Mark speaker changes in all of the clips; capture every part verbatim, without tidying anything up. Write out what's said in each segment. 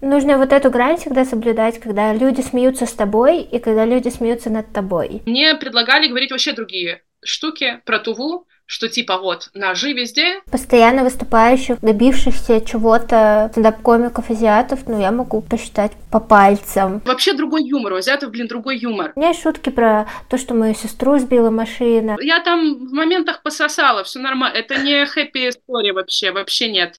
Speaker 1: Нужно вот эту грань всегда соблюдать, когда люди смеются с тобой и когда люди смеются над тобой.
Speaker 2: Мне предлагали говорить вообще другие штуки про Туву, что типа вот ножи везде.
Speaker 1: Постоянно выступающих, добившихся чего-то стендап-комиков азиатов, ну, я могу посчитать по пальцам.
Speaker 2: Вообще другой юмор, у азиатов, блин, другой юмор.
Speaker 1: У меня есть шутки про то, что мою сестру сбила машина.
Speaker 2: Я там в моментах пососала, все нормально. Это не хэппи история вообще, вообще нет.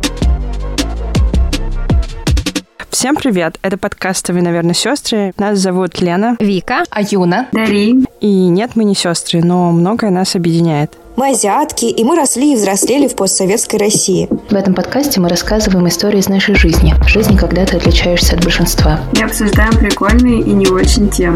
Speaker 3: Всем привет! Это подкаст «Вы, наверное, сестры». Нас зовут Лена,
Speaker 4: Вика, Аюна,
Speaker 5: Дари.
Speaker 3: И нет, мы не сестры, но многое нас объединяет.
Speaker 6: Мы азиатки, и мы росли и взрослели в постсоветской России.
Speaker 4: В этом подкасте мы рассказываем истории из нашей жизни. Жизни, когда ты отличаешься от большинства.
Speaker 5: И обсуждаем прикольные и не очень темы.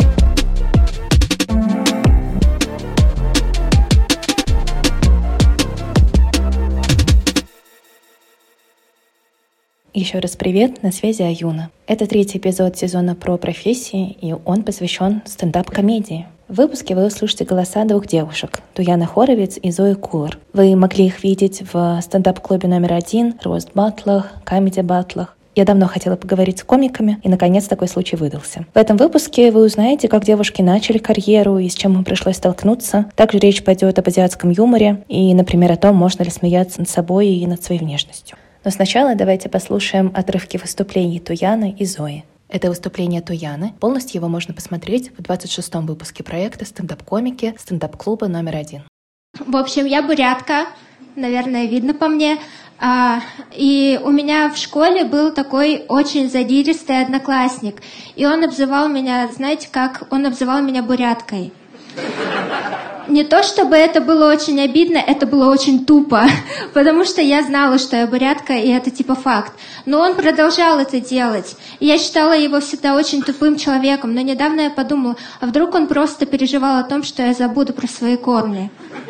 Speaker 4: Еще раз привет, на связи Аюна. Это третий эпизод сезона про профессии, и он посвящен стендап-комедии. В выпуске вы услышите голоса двух девушек — Туяны Хоровиц и Зои Кулар. Вы могли их видеть в стендап-клубе номер один, рост-баттлах, камеди-баттлах. Я давно хотела поговорить с комиками, и, наконец, такой случай выдался. В этом выпуске вы узнаете, как девушки начали карьеру и с чем им пришлось столкнуться. Также речь пойдет об азиатском юморе и, например, о том, можно ли смеяться над собой и над своей внешностью. Но сначала давайте послушаем отрывки выступлений Туяны и Зои. Это выступление Туяны. Полностью его можно посмотреть в двадцать шестом выпуске проекта «Стендап-комики» стендап-клуба номер один.
Speaker 1: В общем, я бурятка, наверное, видно по мне. А, и у меня в школе был такой очень задиристый одноклассник. И он обзывал меня, знаете как? Он обзывал меня буряткой. Не то чтобы это было очень обидно, это было очень тупо, потому что я знала, что я бурятка, и это типа факт. Но он продолжал это делать. И я считала его всегда очень тупым человеком, но недавно я подумала, а вдруг он просто переживал о том, что я забуду про свои корни.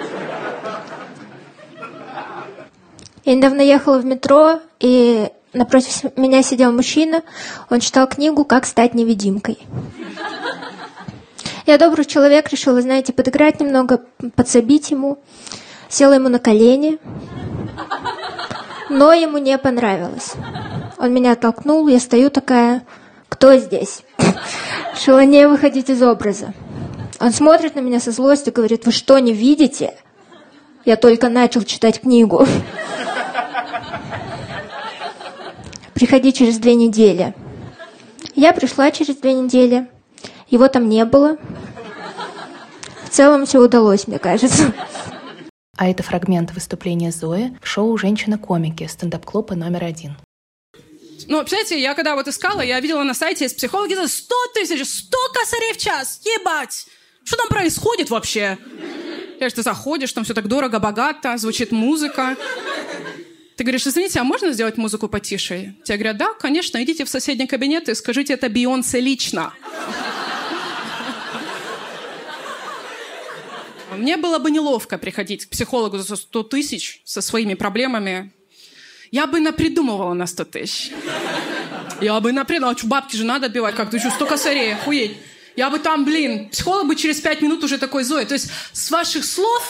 Speaker 1: Я недавно ехала в метро, и напротив меня сидел мужчина, он читал книгу «Как стать невидимкой». Я добрый человек, решила, знаете, подыграть немного, подсобить ему. Села ему на колени, но ему не понравилось. Он меня оттолкнул, я стою такая, кто здесь? Решила не выходить из образа. Он смотрит на меня со злостью, говорит, вы что, не видите? Я только начал читать книгу. Приходи через две недели. Я пришла через две недели. Его там не было. В целом все удалось, мне кажется.
Speaker 4: А это фрагмент выступления Зои в шоу «Женщина-комики» стендап-клуба номер один.
Speaker 7: Ну, представляете, я когда вот искала, я видела на сайте, есть психологи за сто тысяч, сто косарей в час, ебать! Что там происходит вообще? Я же, ты заходишь, там все так дорого, богато, звучит музыка. Ты говоришь, извините, а можно сделать музыку потише? Тебе говорят, да, конечно, идите в соседний кабинет и скажите это Бейонсе лично. Мне было бы неловко приходить к психологу за сто тысяч со своими проблемами. Я бы напридумывала на сто тысяч. Я бы напридумывала, что бабки же надо отбивать, как ты что, сто косарей, охуеть. Я бы там, блин, психолог бы через пять минут уже такой, Зоя. То есть с ваших слов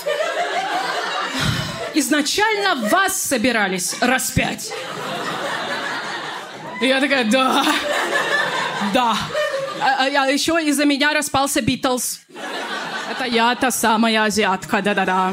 Speaker 7: изначально вас собирались распять. И я такая, да, да. А, а еще из-за меня распался Битлз. Это я, та самая азиатка, да-да-да.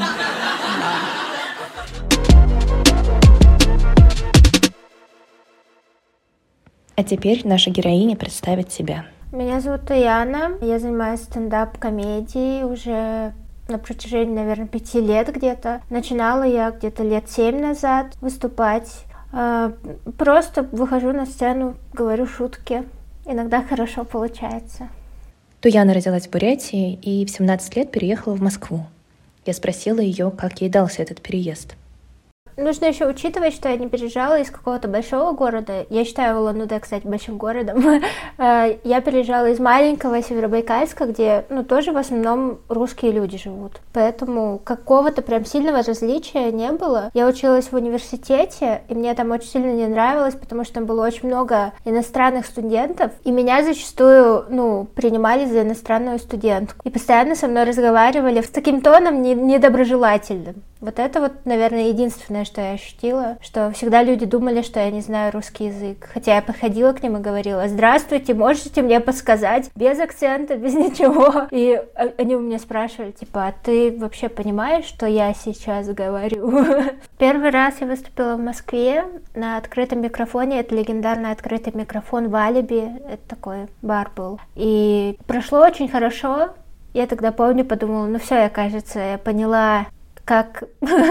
Speaker 4: А теперь наша героиня представит себя.
Speaker 1: Меня зовут Туяна, я занимаюсь стендап-комедией уже на протяжении, наверное, пяти лет где-то. Начинала я где-то лет семь назад выступать. Просто выхожу на сцену, говорю шутки. Иногда хорошо получается.
Speaker 4: Туяна родилась в Бурятии и в семнадцать лет переехала в Москву. Я спросила ее, как ей дался этот переезд.
Speaker 1: Нужно еще учитывать, что я не переезжала из какого-то большого города. Я считаю Улан-Удэ, кстати, большим городом. Я переезжала из маленького Северобайкальска, где, ну, тоже в основном русские люди живут. Поэтому какого-то прям сильного различия не было. Я училась в университете, и мне там очень сильно не нравилось, потому что там было очень много иностранных студентов, и меня зачастую, ну, принимали за иностранную студентку. И постоянно со мной разговаривали с таким тоном недоброжелательным. Вот это вот, наверное, единственное, что я ощутила, что всегда люди думали, что я не знаю русский язык. Хотя я подходила к ним и говорила: здравствуйте, можете мне подсказать? Без акцента, без ничего. И они у меня спрашивали, типа, а ты вообще понимаешь, что я сейчас говорю? Первый раз я выступила в Москве на открытом микрофоне. Это легендарный открытый микрофон в Алиби. Это такой бар был. И прошло очень хорошо. Я тогда помню, подумала, ну все, я, кажется, я поняла, как,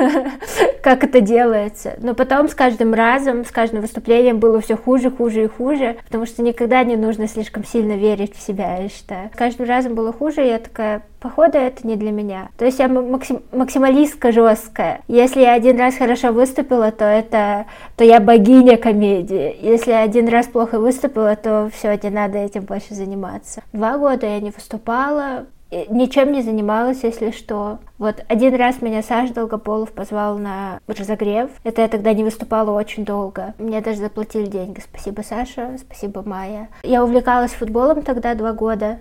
Speaker 1: как это делается. Но потом с каждым разом, с каждым выступлением было все хуже, хуже и хуже, потому что никогда не нужно слишком сильно верить в себя, я считаю. С каждым разом было хуже, и я такая, походу, это не для меня. То есть я максим, максималистка жесткая. Если я один раз хорошо выступила, то это, то я богиня комедии. Если я один раз плохо выступила, то все, не надо этим больше заниматься. Два года я не выступала, ничем не занималась, если что. Вот один раз меня Саша Долгополов позвал на разогрев. Это я тогда не выступала очень долго. Мне даже заплатили деньги. Спасибо, Саша, спасибо, Майя. Я увлекалась футболом тогда два года.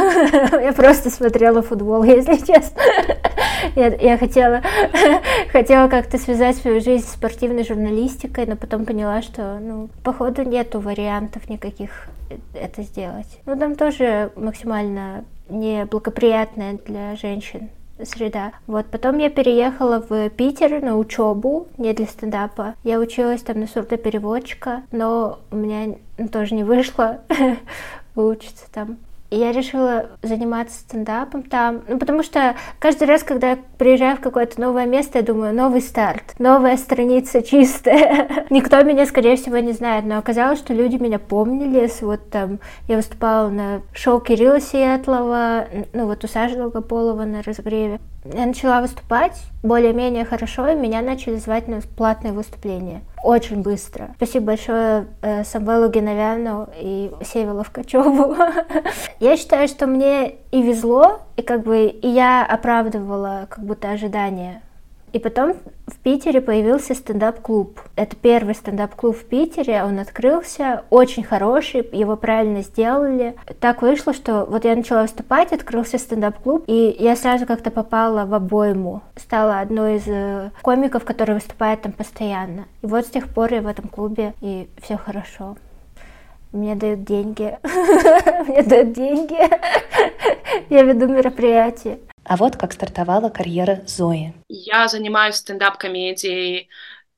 Speaker 1: Я просто смотрела футбол, если честно. Я, я хотела, хотела как-то связать свою жизнь с спортивной журналистикой, но потом поняла, что, ну, походу, нету вариантов никаких это сделать. Ну, там тоже максимально неблагоприятная для женщин среда. Вот, потом я переехала в Питер на учебу, не для стендапа. Я училась там на сурдопереводчика, но у меня тоже не вышло выучиться там. И я решила заниматься стендапом там, ну, потому что каждый раз, когда я приезжаю в какое-то новое место, я думаю, новый старт, новая страница чистая. Никто меня, скорее всего, не знает, но оказалось, что люди меня помнили. Вот там я выступала на шоу Кирилла Сиэтлова, ну, вот у Саши Долгополова на разогреве. Я начала выступать более-менее хорошо, и меня начали звать на платные выступления. Очень быстро. Спасибо большое э, Самвелу Геновяну и Севе Ловкачеву. Я считаю, что мне и везло, и как бы и я оправдывала как будто ожидания. И потом в Питере появился стендап-клуб. Это первый стендап-клуб в Питере, он открылся, очень хороший, его правильно сделали. Так вышло, что вот я начала выступать, открылся стендап-клуб, и я сразу как-то попала в обойму. Стала одной из э, комиков, который выступает там постоянно. И вот с тех пор я в этом клубе, и все хорошо. Мне дают деньги. Мне дают деньги. Я веду мероприятия.
Speaker 4: А вот как стартовала карьера Зои.
Speaker 2: Я занимаюсь стендап-комедией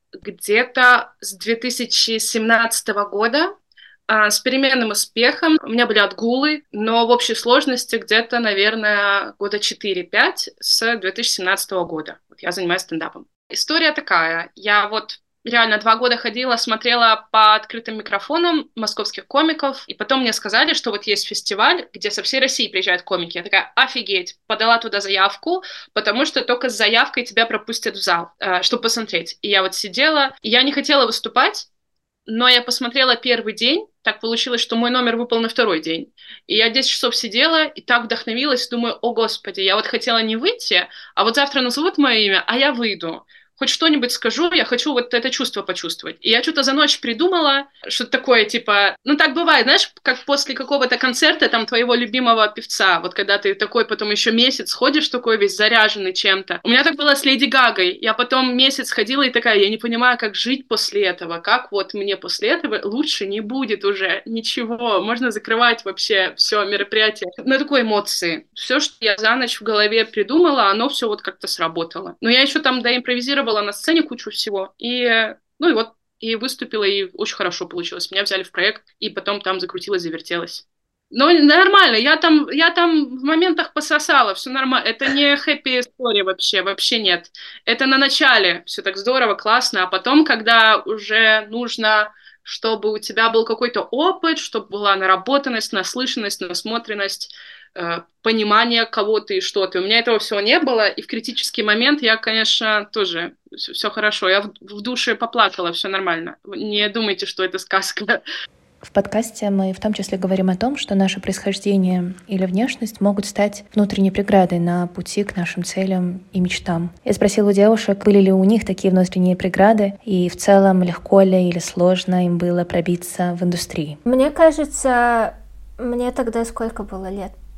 Speaker 2: где-то с две тысячи семнадцатого года, с переменным успехом. У меня были отгулы, но в общей сложности где-то, наверное, года четыре-пять с две тысячи семнадцатого года. Вот я занимаюсь стендапом. История такая. Я вот реально два года ходила, смотрела по открытым микрофонам московских комиков, и потом мне сказали, что вот есть фестиваль, где со всей России приезжают комики. Я такая, офигеть, подала туда заявку, потому что только с заявкой тебя пропустят в зал, э, чтобы посмотреть. И я вот сидела, и я не хотела выступать, но я посмотрела первый день, так получилось, что мой номер выпал на второй день. И я десять часов сидела, и так вдохновилась, думаю, о господи, я вот хотела не выйти, а вот завтра назовут мое имя, а я выйду. Хоть что-нибудь скажу, я хочу вот это чувство почувствовать. И я что-то за ночь придумала, что-то такое, типа... Ну, так бывает, знаешь, как после какого-то концерта, там, твоего любимого певца, вот когда ты такой потом еще месяц ходишь такой весь заряженный чем-то. У меня так было с Леди Гагой. Я потом месяц ходила и такая, я не понимаю, как жить после этого, как вот мне после этого лучше не будет уже ничего. Можно закрывать вообще все мероприятие. На такой эмоции. Все, что я за ночь в голове придумала, оно все вот как-то сработало. Но я еще там доимпровизировала на сцене кучу всего, и, ну и вот, и выступила, и очень хорошо получилось. Меня взяли в проект, и потом там закрутилась, завертелась. Но нормально, я там, я там в моментах пососала, все нормально. Это не хэппи история вообще, вообще нет. Это на начале все так здорово, классно, а потом, когда уже нужно, чтобы у тебя был какой-то опыт, чтобы была наработанность, наслышанность, насмотренность, понимание кого-то и что ты. У меня этого всего не было, и в критический момент я, конечно, тоже все хорошо. Я в, в душе поплакала, все нормально. Не думайте, что это сказка.
Speaker 4: В подкасте мы в том числе говорим о том, что наше происхождение или внешность могут стать внутренней преградой на пути к нашим целям и мечтам. Я спросила у девушек, были ли у них такие внутренние преграды, и в целом легко ли или сложно им было пробиться в индустрии.
Speaker 1: Мне кажется, мне тогда сколько было лет?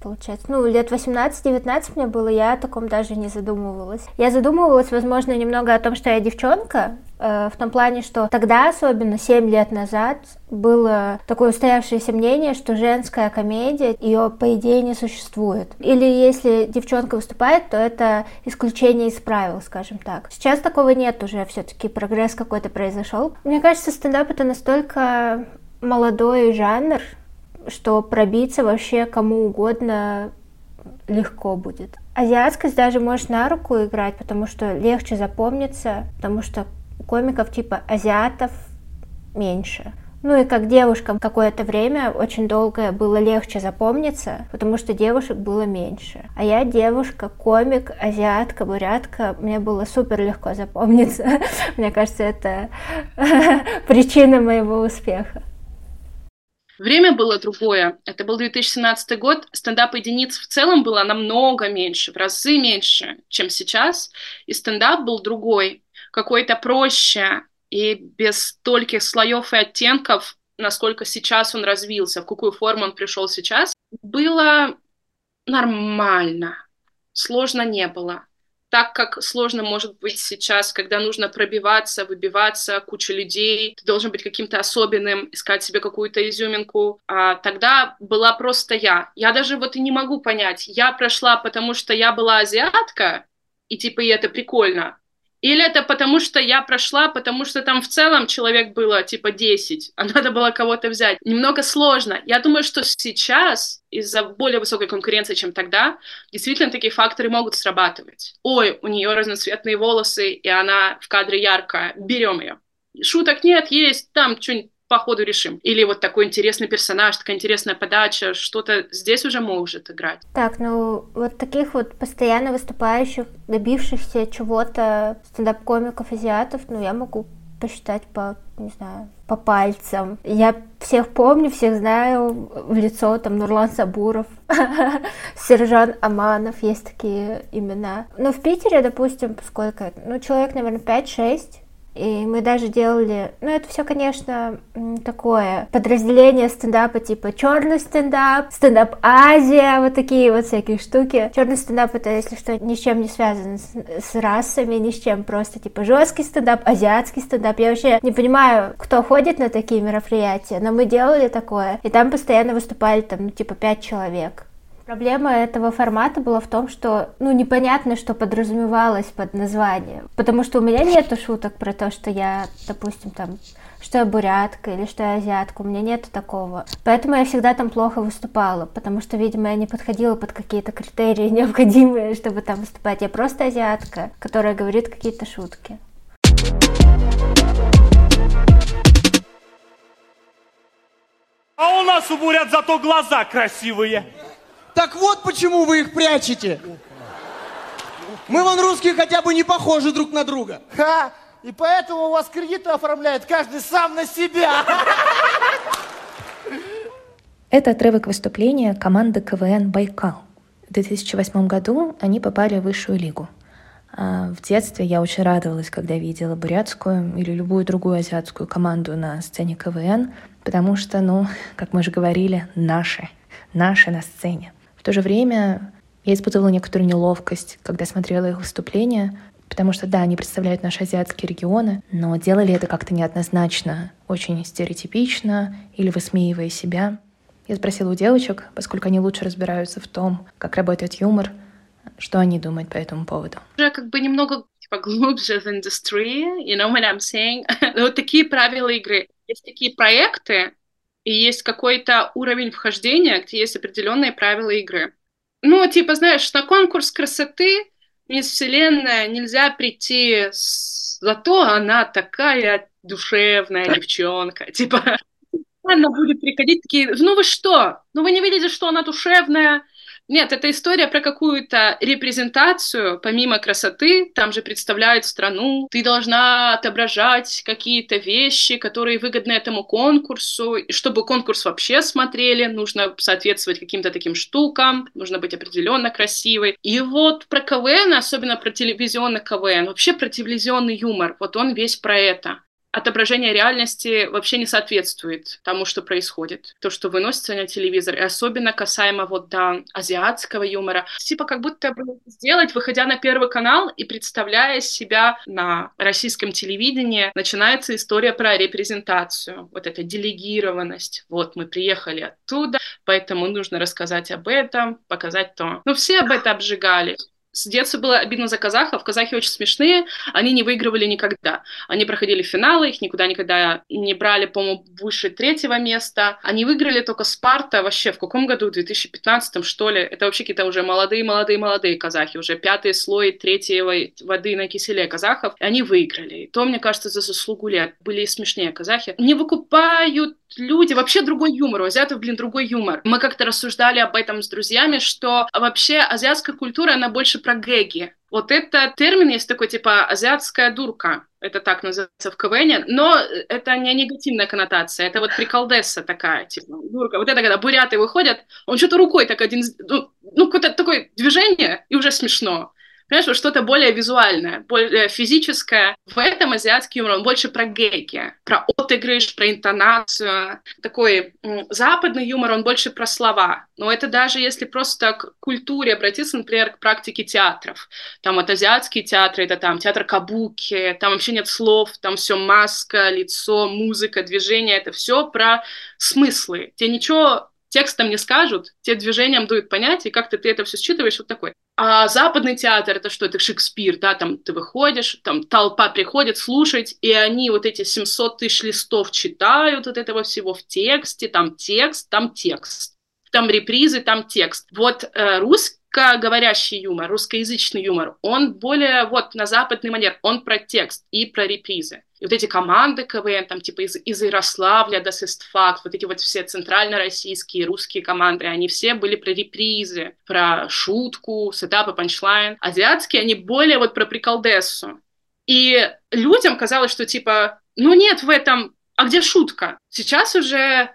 Speaker 1: получается. Ну, лет восемнадцать-девятнадцать мне было, я о таком даже не задумывалась. Я задумывалась, возможно, немного о том, что я девчонка, э, в том плане, что тогда, особенно семь лет назад, было такое устоявшееся мнение, что женская комедия, ее, по идее, не существует. Или если девчонка выступает, то это исключение из правил, скажем так. Сейчас такого нет уже, все-таки прогресс какой-то произошел. Мне кажется, стендап — это настолько молодой жанр, что пробиться вообще кому угодно легко будет. Азиатскость даже может на руку играть, потому что легче запомниться, потому что комиков типа азиатов меньше. Ну и как девушкам какое-то время очень долгое было легче запомниться, потому что девушек было меньше. А я девушка, комик, азиатка, бурятка, мне было супер легко запомниться. Мне кажется, это причина моего успеха.
Speaker 2: Время было другое. Это был две тысячи семнадцатый год. Стендап-единиц в целом было намного меньше, в разы меньше, чем сейчас. И стендап был другой, какой-то проще и без стольких слоев и оттенков, насколько сейчас он развился, в какую форму он пришел сейчас. Было нормально. Сложно не было. Так как сложно может быть сейчас, когда нужно пробиваться, выбиваться, куча людей, ты должен быть каким-то особенным, искать себе какую-то изюминку. А тогда была просто я. Я даже вот и не могу понять, я прошла, потому что я была азиатка, и типа и это прикольно, или это потому что я прошла, потому что там в целом человек было типа десять, а надо было кого-то взять. Немного сложно. Я думаю, что сейчас из-за более высокой конкуренции, чем тогда, действительно такие факторы могут срабатывать. Ой, у нее разноцветные волосы, и она в кадре яркая, берем ее. Шуток нет, есть, там что-нибудь по ходу решим. Или вот такой интересный персонаж, такая интересная подача, что-то здесь уже может играть.
Speaker 1: Так, ну вот таких вот постоянно выступающих, добившихся чего-то стендап-комиков азиатов, ну я могу посчитать по, не знаю, по пальцам. Я всех помню, всех знаю в лицо, там Нурлан Сабуров, Сержан Аманов, есть такие имена. Но в Питере, допустим, сколько, ну человек, наверное, пять-шесть. И мы даже делали, ну это все, конечно, такое подразделение стендапа типа черный стендап, стендап Азия, вот такие вот всякие штуки. Черный стендап — это, если что, ни с чем не связано с, с расами, ни с чем, просто типа жесткий стендап, азиатский стендап. Я вообще не понимаю, кто ходит на такие мероприятия, но мы делали такое, и там постоянно выступали там, ну типа пять человек. Проблема этого формата была в том, что, ну, непонятно, что подразумевалось под названием. Потому что у меня нету шуток про то, что я, допустим, там, что я бурятка или что я азиатка. У меня нету такого. Поэтому я всегда там плохо выступала, потому что, видимо, я не подходила под какие-то критерии необходимые, чтобы там выступать. Я просто азиатка, которая говорит какие-то шутки.
Speaker 8: А у нас у бурят зато глаза красивые.
Speaker 9: Так вот почему вы их прячете. Мы вон русские хотя бы не похожи друг на друга.
Speaker 10: Ха! И поэтому у вас кредиты оформляют каждый сам на себя.
Speaker 4: Это отрывок выступления команды КВН «Байкал». В две тысячи восьмом году они попали в высшую лигу. А в детстве я очень радовалась, когда видела бурятскую или любую другую азиатскую команду на сцене КВН, потому что, ну, как мы уже говорили, наши, наши на сцене. В то же время я испытывала некоторую неловкость, когда смотрела их выступления, потому что, да, они представляют наши азиатские регионы, но делали это как-то неоднозначно, очень стереотипично или высмеивая себя. Я спросила у девочек, поскольку они лучше разбираются в том, как работает юмор, что они думают по этому поводу.
Speaker 2: Уже как бы немного типа, глубже в индустрии, you know what I'm saying? Вот такие правила игры. Есть такие проекты, и есть какой-то уровень вхождения, где есть определенные правила игры. Ну, типа, знаешь, на конкурс красоты Мисс Вселенная нельзя прийти с... зато она такая душевная девчонка. Типа, она будет приходить такие, ну вы что? Ну вы не видите, что она душевная? Нет, это история про какую-то репрезентацию, помимо красоты, там же представляют страну, ты должна отображать какие-то вещи, которые выгодны этому конкурсу, и чтобы конкурс вообще смотрели, нужно соответствовать каким-то таким штукам, нужно быть определенно красивой. И вот про КВН, особенно про телевизионный КВН, вообще про телевизионный юмор, вот он весь про это. отображение реальности вообще не соответствует тому, что происходит. То, что выносится на телевизор, и особенно касаемо вот, да, азиатского юмора. Типа как будто бы сделать, выходя на Первый канал и представляя себя на российском телевидении, начинается история про репрезентацию, вот эта делегированность. Вот мы приехали оттуда, поэтому нужно рассказать об этом, показать то. Ну, все об этом обжигали. С детства было обидно за казахов. Казахи очень смешные, они не выигрывали никогда. Они проходили финалы, их никуда никогда не брали, по-моему, выше третьего места. Они выиграли только Спарта вообще в каком году? В две тысячи пятнадцатом, что ли? Это вообще какие-то уже молодые-молодые-молодые казахи, уже пятый слой третьей воды на киселе казахов. И они выиграли. И то, мне кажется, за заслугу лет. Были и смешнее казахи. Не выкупают люди, вообще другой юмор. У азиатов, блин, другой юмор. Мы как-то рассуждали об этом с друзьями, что вообще азиатская культура, она больше про гэги. Вот это термин есть такой, типа, азиатская дурка. Это так называется в КВН, но это не негативная коннотация, это вот приколдесса такая, типа, дурка. Вот это когда буряты выходят, он что-то рукой так один, ну, ну какое-то такое движение, и уже смешно. Понимаешь, вот что-то более визуальное, более физическое. В этом азиатский юмор, он больше про гэги, про отыгрыш, про интонацию. Такой м, западный юмор, он больше про слова. Но это даже если просто к культуре обратиться, например, к практике театров. Там вот азиатские театры, это там театр кабуки, там вообще нет слов, там все маска, лицо, музыка, движение, это все про смыслы. Тебе ничего текстом не скажут, тебе движением дают понять, и как-то ты это все считываешь, вот такой. А западный театр — это что? Это Шекспир, да, там ты выходишь, там толпа приходит слушать, и они вот эти семьсот тысяч листов читают вот этого всего в тексте, там текст, там текст, там репризы, там текст. Вот э, русскоговорящий юмор, русскоязычный юмор, он более вот на западный манер, он про текст и про репризы. И вот эти команды КВН, там типа из, из Ярославля до Сестфакт, вот эти вот все центрально-российские русские команды, они все были про репризы, про шутку, сетап и панчлайн. Азиатские, они более вот про приколдессу. И людям казалось, что типа, ну нет в этом, а где шутка? Сейчас уже э,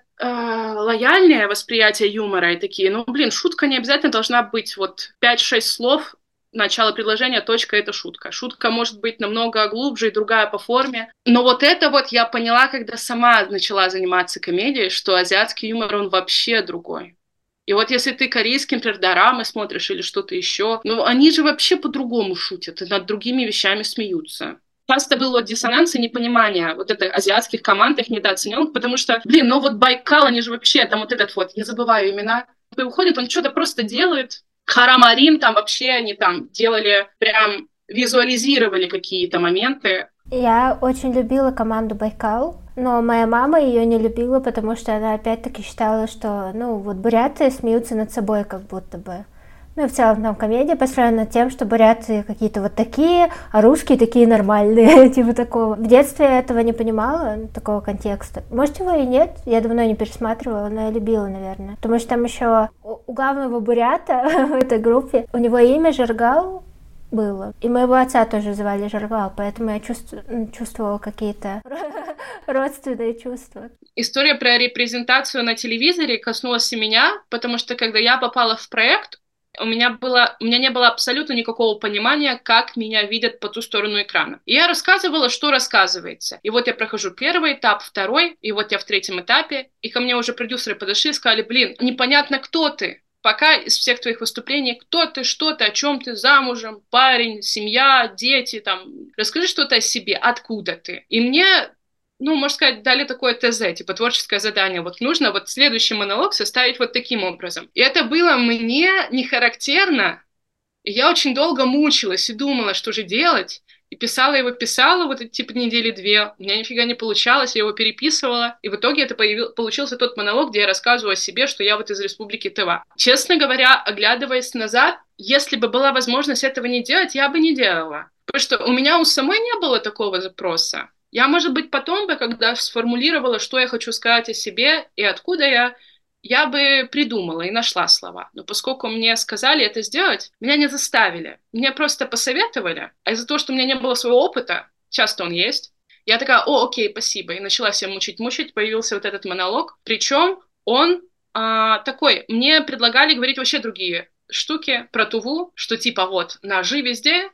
Speaker 2: лояльнее восприятие юмора и такие, ну блин, шутка не обязательно должна быть вот пять-шесть слов, начало предложения, точка — это шутка. Шутка может быть намного глубже и другая по форме. Но вот это вот я поняла, когда сама начала заниматься комедией, что азиатский юмор, он вообще другой. И вот если ты корейские, например, дорамы смотришь или что-то еще, ну они же вообще по-другому шутят и над другими вещами смеются. Часто было диссонанс и непонимание вот это азиатских команд, их недооцененных, потому что, блин, ну вот Байкал, они же вообще, там вот этот вот, я забываю имена, и уходит, он что-то просто делает. Харамарин, там вообще они там делали, прям визуализировали какие-то моменты.
Speaker 1: Я очень любила команду Байкал, но моя мама ее не любила, потому что она опять-таки считала, что, ну, вот буряты смеются над собой как будто бы. Ну и в целом там комедия построена над тем, что буряты какие-то вот такие, а русские такие нормальные, типа такого. В детстве я этого не понимала, такого контекста. Может, его и нет, я давно не пересматривала, но я любила, наверное. Потому что там еще у главного бурята в этой группе, у него имя Жаргал было. И моего отца тоже звали Жаргал, поэтому я чувств... чувствовала какие-то родственные чувства.
Speaker 2: История про репрезентацию на телевизоре коснулась и меня, потому что когда я попала в проект, у меня, было, у меня не было абсолютно никакого понимания, как меня видят по ту сторону экрана. И я рассказывала, что рассказывается. И вот я прохожу первый этап, второй, и вот я в третьем этапе, и ко мне уже продюсеры подошли и сказали, блин, непонятно, кто ты. Пока из всех твоих выступлений, кто ты, что ты, о чем ты, замужем, парень, семья, дети, там, расскажи что-то о себе, откуда ты. И мне... ну, можно сказать, дали такое ТЗ, типа творческое задание. Вот нужно вот следующий монолог составить вот таким образом. И это было мне не характерно. И я очень долго мучилась и думала, что же делать. И писала его, писала вот эти типа недели две. У меня нифига не получалось, я его переписывала. И в итоге это появил, получился тот монолог, где я рассказываю о себе, что я вот из Республики Тыва. Честно говоря, оглядываясь назад, если бы была возможность этого не делать, я бы не делала. Потому что у меня у самой не было такого запроса. Я, может быть, потом бы, когда сформулировала, что я хочу сказать о себе и откуда я, я бы придумала и нашла слова. Но поскольку мне сказали это сделать, меня не заставили. Мне просто посоветовали. А из-за того, что у меня не было своего опыта, часто он есть, я такая, о, окей, спасибо. И начала себя мучить-мучить, появился вот этот монолог. Причем он а, такой, мне предлагали говорить вообще другие штуки про Туву, что типа вот, ножи везде,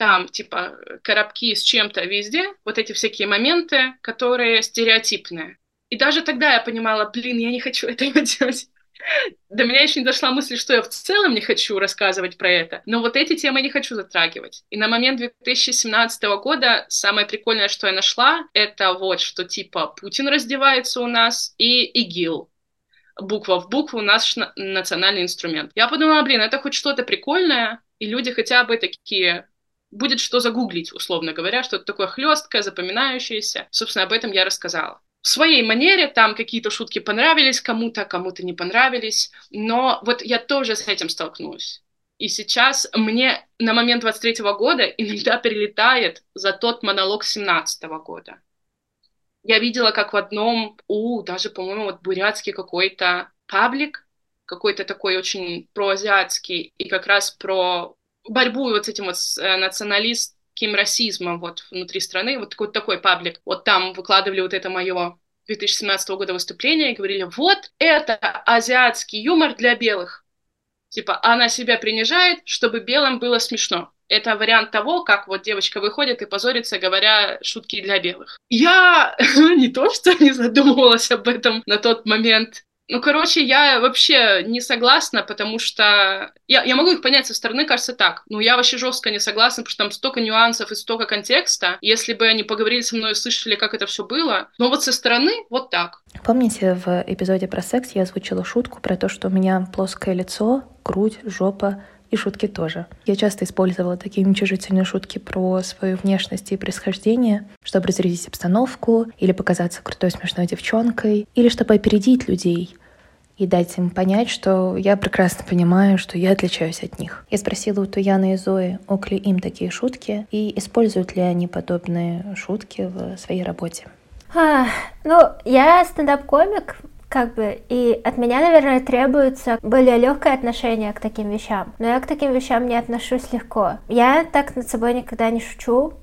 Speaker 2: там, типа, коробки с чем-то везде, вот эти всякие моменты, которые стереотипные. И даже тогда я понимала, блин, я не хочу этого делать. До меня еще не дошла мысль, что я в целом не хочу рассказывать про это, но вот эти темы я не хочу затрагивать. И на момент две тысячи семнадцатого года самое прикольное, что я нашла, это вот, что типа Путин раздевается у нас и ИГИЛ. Буква в букву наш национальный инструмент. Я подумала, блин, это хоть что-то прикольное, и люди хотя бы такие... Будет что загуглить, условно говоря, что-то такое хлесткое, запоминающееся. Собственно, об этом я рассказала. В своей манере там какие-то шутки понравились кому-то, кому-то не понравились, но вот я тоже с этим столкнулась. И сейчас мне на момент двадцать третьего года иногда прилетает за тот монолог семнадцатого года. Я видела, как в одном, у, даже, по-моему, вот бурятский какой-то паблик, какой-то такой очень проазиатский, и как раз про борьбу вот с этим вот с, э, националист, расизмом вот внутри страны, вот такой, такой паблик, вот там выкладывали вот это мое две тысячи семнадцатого года выступление и говорили, вот это азиатский юмор для белых. Типа, она себя принижает, чтобы белым было смешно. Это вариант того, как вот девочка выходит и позорится, говоря шутки для белых. Я не то что не задумывалась об этом на тот момент. Ну, короче, я вообще не согласна, потому что... Я, я могу их понять со стороны, кажется, так. Но я вообще жестко не согласна, потому что там столько нюансов и столько контекста. Если бы они поговорили со мной и слышали, как это все было. Но вот со стороны вот так.
Speaker 4: Помните, в эпизоде про секс я озвучила шутку про то, что у меня плоское лицо, грудь, жопа и шутки тоже. Я часто использовала такие уничижительные шутки про свою внешность и происхождение, чтобы разрядить обстановку, или показаться крутой смешной девчонкой, или чтобы опередить людей и дать им понять, что я прекрасно понимаю, что я отличаюсь от них. Я спросила у Туяны и Зои, ок ли им такие шутки, и используют ли они подобные шутки в своей работе.
Speaker 1: А, ну, я стендап-комик, как бы, и от меня, наверное, требуется более легкое отношение к таким вещам. Но я к таким вещам не отношусь легко. Я так над собой никогда не шучу.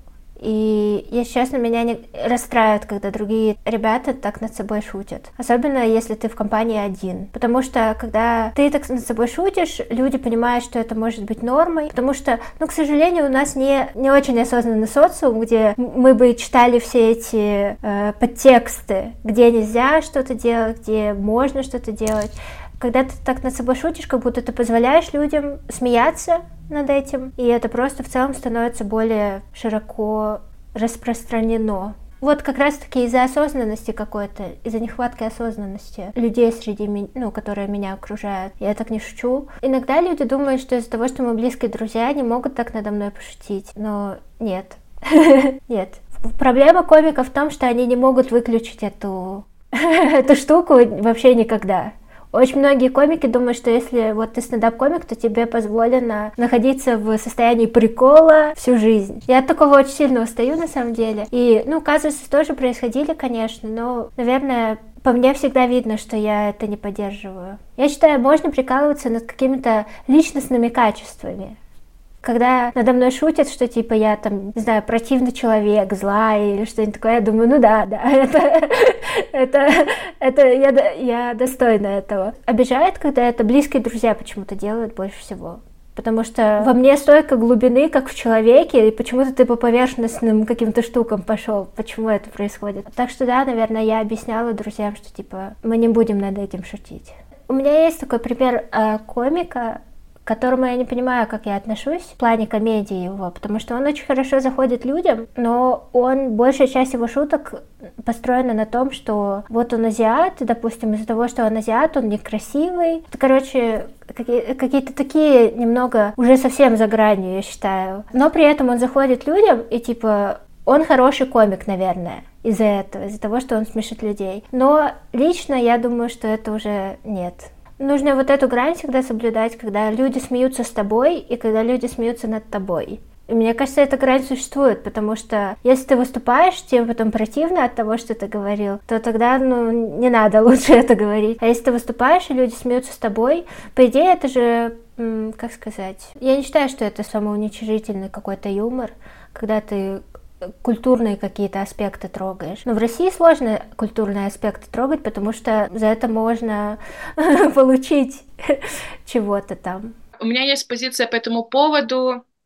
Speaker 1: И, если честно, меня не расстраивает, когда другие ребята так над собой шутят. Особенно, если ты в компании один. Потому что, когда ты так над собой шутишь, люди понимают, что это может быть нормой. Потому что, ну, к сожалению, у нас не, не очень осознанный социум, где мы бы читали все эти э, подтексты, где нельзя что-то делать, где можно что-то делать. Когда ты так над собой шутишь, как будто ты позволяешь людям смеяться над этим, и это просто в целом становится более широко распространено. Вот как раз-таки из-за осознанности какой-то, из-за нехватки осознанности людей среди меня, ну, которые меня окружают, я так не шучу. Иногда люди думают, что из-за того, что мы близкие друзья, они могут так надо мной пошутить, но нет. Нет. Проблема комиков в том, что они не могут выключить эту, эту штуку вообще никогда. Очень многие комики думают, что если вот ты стендап-комик, то тебе позволено находиться в состоянии прикола всю жизнь. Я от такого очень сильно устаю, на самом деле. И, ну, казусы тоже происходили, конечно, но, наверное, по мне всегда видно, что я это не поддерживаю. Я считаю, можно прикалываться над какими-то личностными качествами. Когда надо мной шутят, что типа я там, не знаю, противный человек, злая или что-нибудь такое, я думаю, ну да, да, это, это, это я, я достойна этого. Обижает, когда это близкие друзья почему-то делают больше всего. Потому что во мне столько глубины, как в человеке, и почему-то ты по поверхностным каким-то штукам пошел. Почему это происходит? Так что да, наверное, я объясняла друзьям, что типа мы не будем над этим шутить. У меня есть такой пример э, комика, к которому я не понимаю, как я отношусь в плане комедии его, потому что он очень хорошо заходит людям, но он, большая часть его шуток построена на том, что вот он азиат, и, допустим, из-за того, что он азиат, он некрасивый. Это, короче, какие- какие-то такие немного уже совсем за гранью, я считаю. Но при этом он заходит людям, и типа он хороший комик, наверное, из-за этого, из-за того, что он смешит людей. Но лично я думаю, что это уже нет. Нужно вот эту грань всегда соблюдать, когда люди смеются с тобой и когда люди смеются над тобой. И мне кажется, эта грань существует, потому что если ты выступаешь, тебе потом противно от того, что ты говорил, то тогда, ну, не надо лучше это говорить. А если ты выступаешь, и люди смеются с тобой, по идее, это же, м- как сказать, я не считаю, что это самоуничижительный какой-то юмор, когда ты культурные какие-то аспекты трогаешь. Но в России сложно культурные аспекты трогать, потому что за это можно получить чего-то там.
Speaker 2: У меня есть позиция по этому поводу.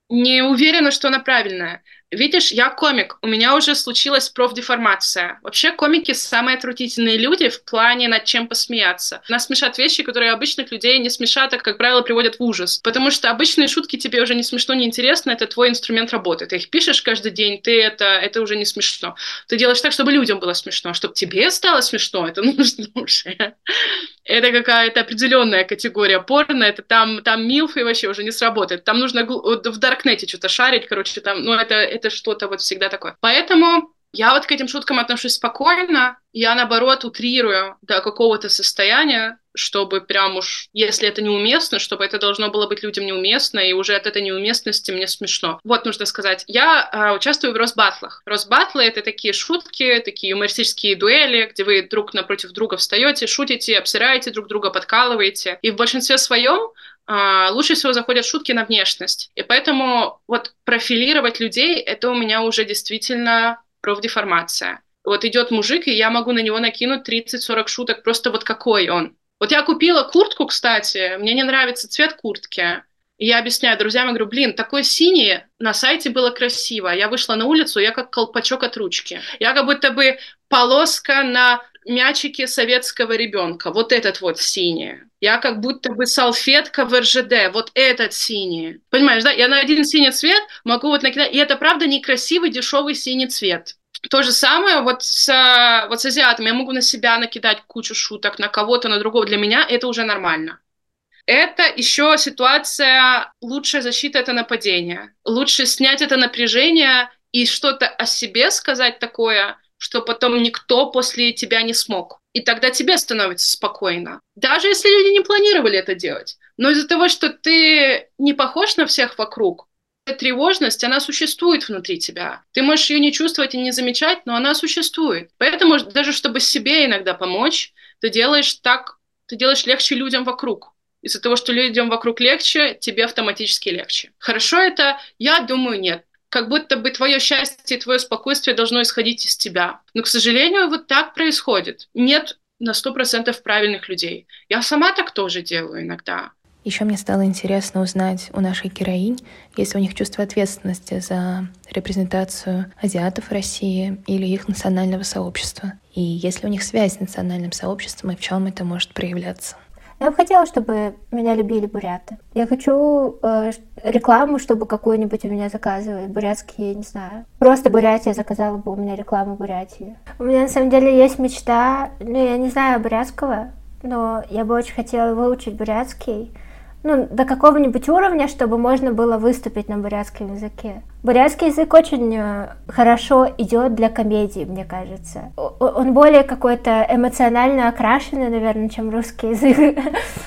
Speaker 2: Не уверена, что она правильная. Видишь, я комик, у меня уже случилась профдеформация. Вообще комики самые отвратительные люди в плане над чем посмеяться. Нас смешат вещи, которые обычных людей не смешат, а, как правило, приводят в ужас. Потому что обычные шутки тебе уже не смешно, не интересно, это твой инструмент работы. Ты их пишешь каждый день, ты это, это уже не смешно. Ты делаешь так, чтобы людям было смешно, чтобы тебе стало смешно, это нужно уже. Это какая-то определенная категория порно, это там, там милфы вообще уже не сработает. Там нужно в Даркнете что-то шарить, короче, там, ну, это, это что-то вот всегда такое. Поэтому я вот к этим шуткам отношусь спокойно, я, наоборот, утрирую до какого-то состояния, чтобы прям уж, если это неуместно, чтобы это должно было быть людям неуместно, и уже от этой неуместности мне смешно. Вот нужно сказать. Я э, участвую в Росбатлах. Росбатлы — это такие шутки, такие юмористические дуэли, где вы друг напротив друга встаете, шутите, обсираете друг друга, подкалываете. И в большинстве своем Uh, лучше всего заходят шутки на внешность. И поэтому вот профилировать людей — это у меня уже действительно профдеформация. Вот идет мужик, и я могу на него накинуть тридцать-сорок шуток, просто вот какой он. Вот я купила куртку, кстати, мне не нравится цвет куртки. И я объясняю друзьям, я говорю, блин, такой синий, на сайте было красиво. Я вышла на улицу, я как колпачок от ручки. Я как будто бы полоска на мячике советского ребенка. Вот этот вот синий. Я как будто бы салфетка в эр жэ дэ. Вот этот синий. Понимаешь, да? Я на один синий цвет могу вот накидать. И это, правда, некрасивый, дешевый синий цвет. То же самое вот с, вот с азиатами. Я могу на себя накидать кучу шуток, на кого-то, на другого. Для меня это уже нормально. Это еще ситуация, лучшая защита — это нападение. Лучше снять это напряжение и что-то о себе сказать такое, что потом никто после тебя не смог. И тогда тебе становится спокойно. Даже если люди не планировали это делать. Но из-за того, что ты не похож на всех вокруг, тревожность, она существует внутри тебя. Ты можешь ее не чувствовать и не замечать, но она существует. Поэтому даже чтобы себе иногда помочь, ты делаешь так, ты делаешь легче людям вокруг. Из-за того, что людям вокруг легче, тебе автоматически легче. Хорошо это? Я думаю, нет. Как будто бы твое счастье и твое спокойствие должно исходить из тебя. Но, к сожалению, вот так происходит. Нет на сто процентов правильных людей. Я сама так тоже делаю иногда.
Speaker 4: Еще мне стало интересно узнать у наших героинь, есть ли у них чувство ответственности за репрезентацию азиатов в России или их национального сообщества. И есть ли у них связь с национальным сообществом и в чем это может проявляться.
Speaker 1: Я бы хотела, чтобы меня любили буряты. Я хочу э, рекламу, чтобы какую-нибудь у меня заказывали. Бурятские, не знаю. Просто Бурятия заказала бы у меня рекламу Бурятии. У меня на самом деле есть мечта, ну я не знаю бурятского, но я бы очень хотела выучить бурятский. Ну, до какого-нибудь уровня, чтобы можно было выступить на бурятском языке. Бурятский язык очень хорошо идет для комедии, мне кажется. Он более какой-то эмоционально окрашенный, наверное, чем русский язык.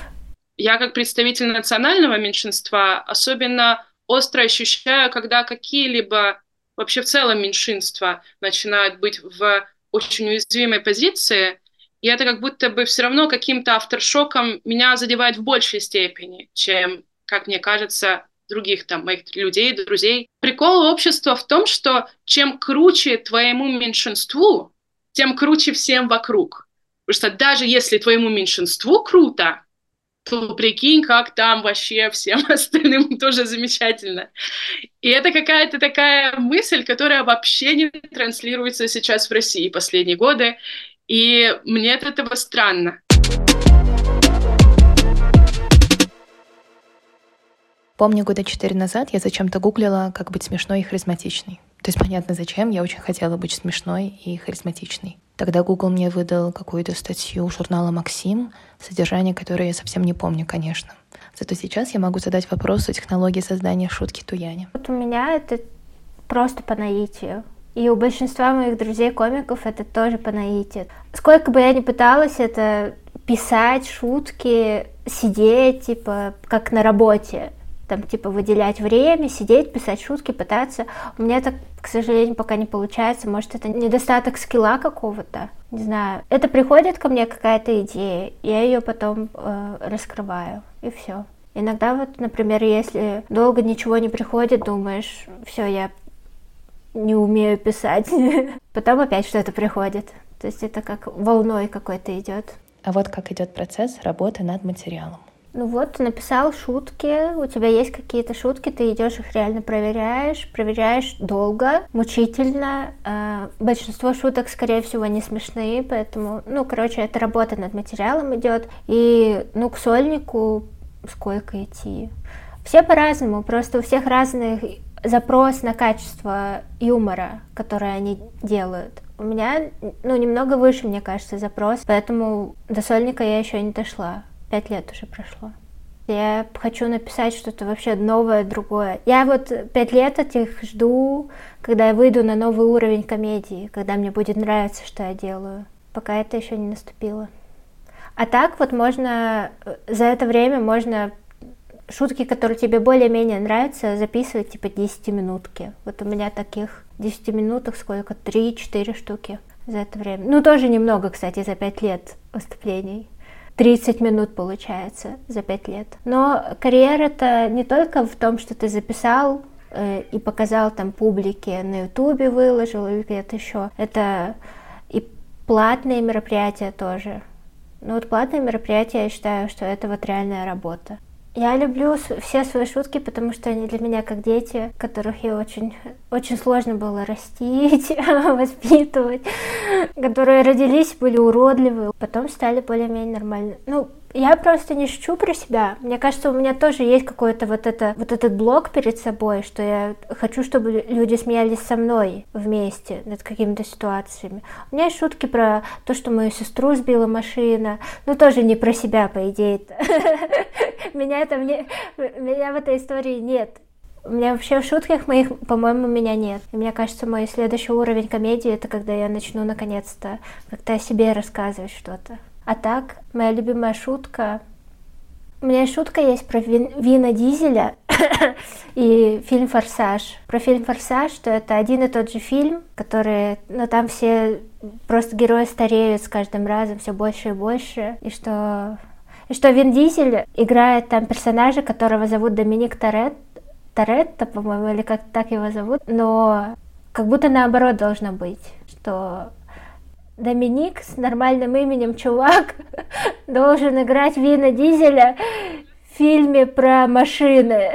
Speaker 2: Я как представитель национального меньшинства особенно остро ощущаю, когда какие-либо вообще в целом меньшинства начинают быть в очень уязвимой позиции, и это как будто бы все равно каким-то авторшоком меня задевает в большей степени, чем, как мне кажется, других там моих людей, друзей. Прикол общества в том, что чем круче твоему меньшинству, тем круче всем вокруг. Потому что даже если твоему меньшинству круто, то прикинь, как там вообще всем остальным тоже замечательно. И это какая-то такая мысль, которая вообще не транслируется сейчас в России последние годы. И мне от этого странно.
Speaker 4: Помню, года четыре назад я зачем-то гуглила, как быть смешной и харизматичной. То есть понятно зачем, я очень хотела быть смешной и харизматичной. Тогда Google мне выдал какую-то статью журнала «Максим», содержание которой я совсем не помню, конечно. Зато сейчас я могу задать вопрос о технологии создания шутки Туяне.
Speaker 1: Вот у меня это просто по наитию. И у большинства моих друзей-комиков это тоже по наитию. Сколько бы я ни пыталась это писать, шутки, сидеть, типа, как на работе, там, типа, выделять время, сидеть, писать шутки, пытаться. У меня это, к сожалению, пока не получается. Может, это недостаток скилла какого-то, не знаю. Это приходит ко мне какая-то идея, я ее потом э, раскрываю, и все. Иногда вот, например, если долго ничего не приходит, думаешь, все, я не умею писать. Потом опять что-то приходит. То есть это как волной какой-то идет.
Speaker 4: А вот как идет процесс работы над материалом.
Speaker 1: Ну вот, ты написал шутки, у тебя есть какие-то шутки, ты идешь их реально проверяешь, проверяешь долго, мучительно. Э, большинство шуток, скорее всего, не смешные, поэтому, ну, короче, это работа над материалом идет. И, ну, к сольнику сколько идти? Все по-разному, просто у всех разный запрос на качество юмора, который они делают. У меня, ну, немного выше, мне кажется, запрос, поэтому до сольника я еще не дошла. Пять лет уже прошло. Я хочу написать что-то вообще новое, другое. Я вот пять лет этих жду, когда я выйду на новый уровень комедии, когда мне будет нравиться, что я делаю. Пока это еще не наступило. А так вот можно, за это время можно шутки, которые тебе более-менее нравятся, записывать типа десятиминутки. Вот у меня таких десятиминуток сколько? три-четыре штуки за это время. Ну, тоже немного, кстати, за пять лет выступлений. тридцать минут получается за пять лет. Но карьера-то не только в том, что ты записал э, и показал там публике, на ютубе выложил или где-то еще. Это и платные мероприятия тоже. Ну вот платные мероприятия, я считаю, что это вот реальная работа. Я люблю все свои шутки, потому что они для меня как дети, которых я очень, очень сложно было растить, воспитывать, которые родились, были уродливые, потом стали более-менее нормальными. Ну, я просто не шучу про себя. Мне кажется, у меня тоже есть какой-то вот, это, вот этот блок перед собой, что я хочу, чтобы люди смеялись со мной вместе над какими-то ситуациями. У меня есть шутки про то, что мою сестру сбила машина, но тоже не про себя, по идее-то. Меня это мне, меня в этой истории нет. У меня вообще в шутках моих, по-моему, меня нет. И мне кажется, мой следующий уровень комедии — это когда я начну наконец-то как-то о себе рассказывать что-то. А так, моя любимая шутка... У меня шутка есть про Вин... Вина Дизеля и фильм «Форсаж». Про фильм «Форсаж», что это один и тот же фильм, который... Ну, там все просто герои стареют с каждым разом все больше и больше. И что... И что Вин Дизель играет там персонажа, которого зовут Доминик Торетто, Торетто, по-моему, или как так его зовут. Но как будто наоборот должно быть, что... Доминик с нормальным именем чувак должен играть Вина Дизеля в фильме про машины.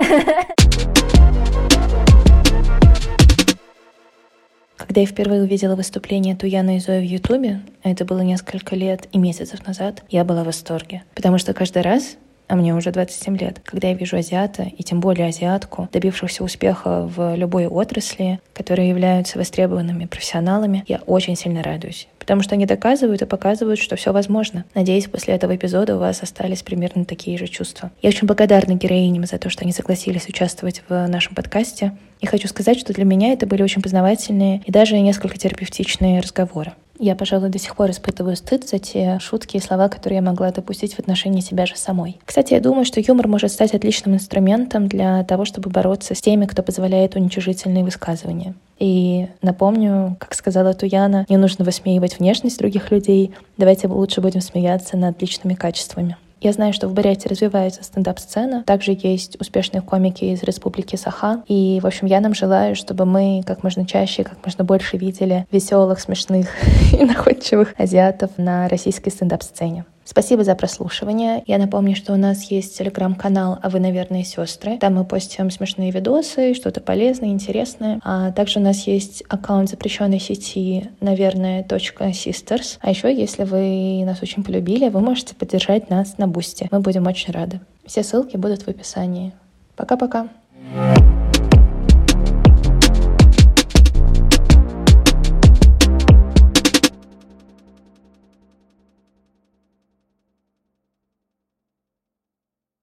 Speaker 4: Когда я впервые увидела выступление Туяны и Зои в Ютубе, а это было несколько лет и месяцев назад, я была в восторге. Потому что каждый раз, а мне уже двадцать семь лет, когда я вижу азиата, и тем более азиатку, добившихся успеха в любой отрасли, которые являются востребованными профессионалами, я очень сильно радуюсь. Потому что они доказывают и показывают, что все возможно. Надеюсь, после этого эпизода у вас остались примерно такие же чувства. Я очень благодарна героиням за то, что они согласились участвовать в нашем подкасте. И хочу сказать, что для меня это были очень познавательные и даже несколько терапевтичные разговоры. Я, пожалуй, до сих пор испытываю стыд за те шутки и слова, которые я могла допустить в отношении себя же самой. Кстати, я думаю, что юмор может стать отличным инструментом для того, чтобы бороться с теми, кто позволяет уничижительные высказывания. И напомню, как сказала Туяна, не нужно высмеивать внешность других людей, давайте лучше будем смеяться над личными качествами. Я знаю, что в Бурятии развивается стендап-сцена. Также есть успешные комики из Республики Саха. И, в общем, я нам желаю, чтобы мы как можно чаще, как можно больше видели веселых, смешных и находчивых азиатов на российской стендап-сцене. Спасибо за прослушивание. Я напомню, что у нас есть телеграм-канал «А вы, наверное, сестры». Там мы постим смешные видосы, что-то полезное, интересное. А также у нас есть аккаунт запрещенной сети наверное.sisters. А еще, если вы нас очень полюбили, вы можете поддержать нас на Бусти. Мы будем очень рады. Все ссылки будут в описании. Пока-пока.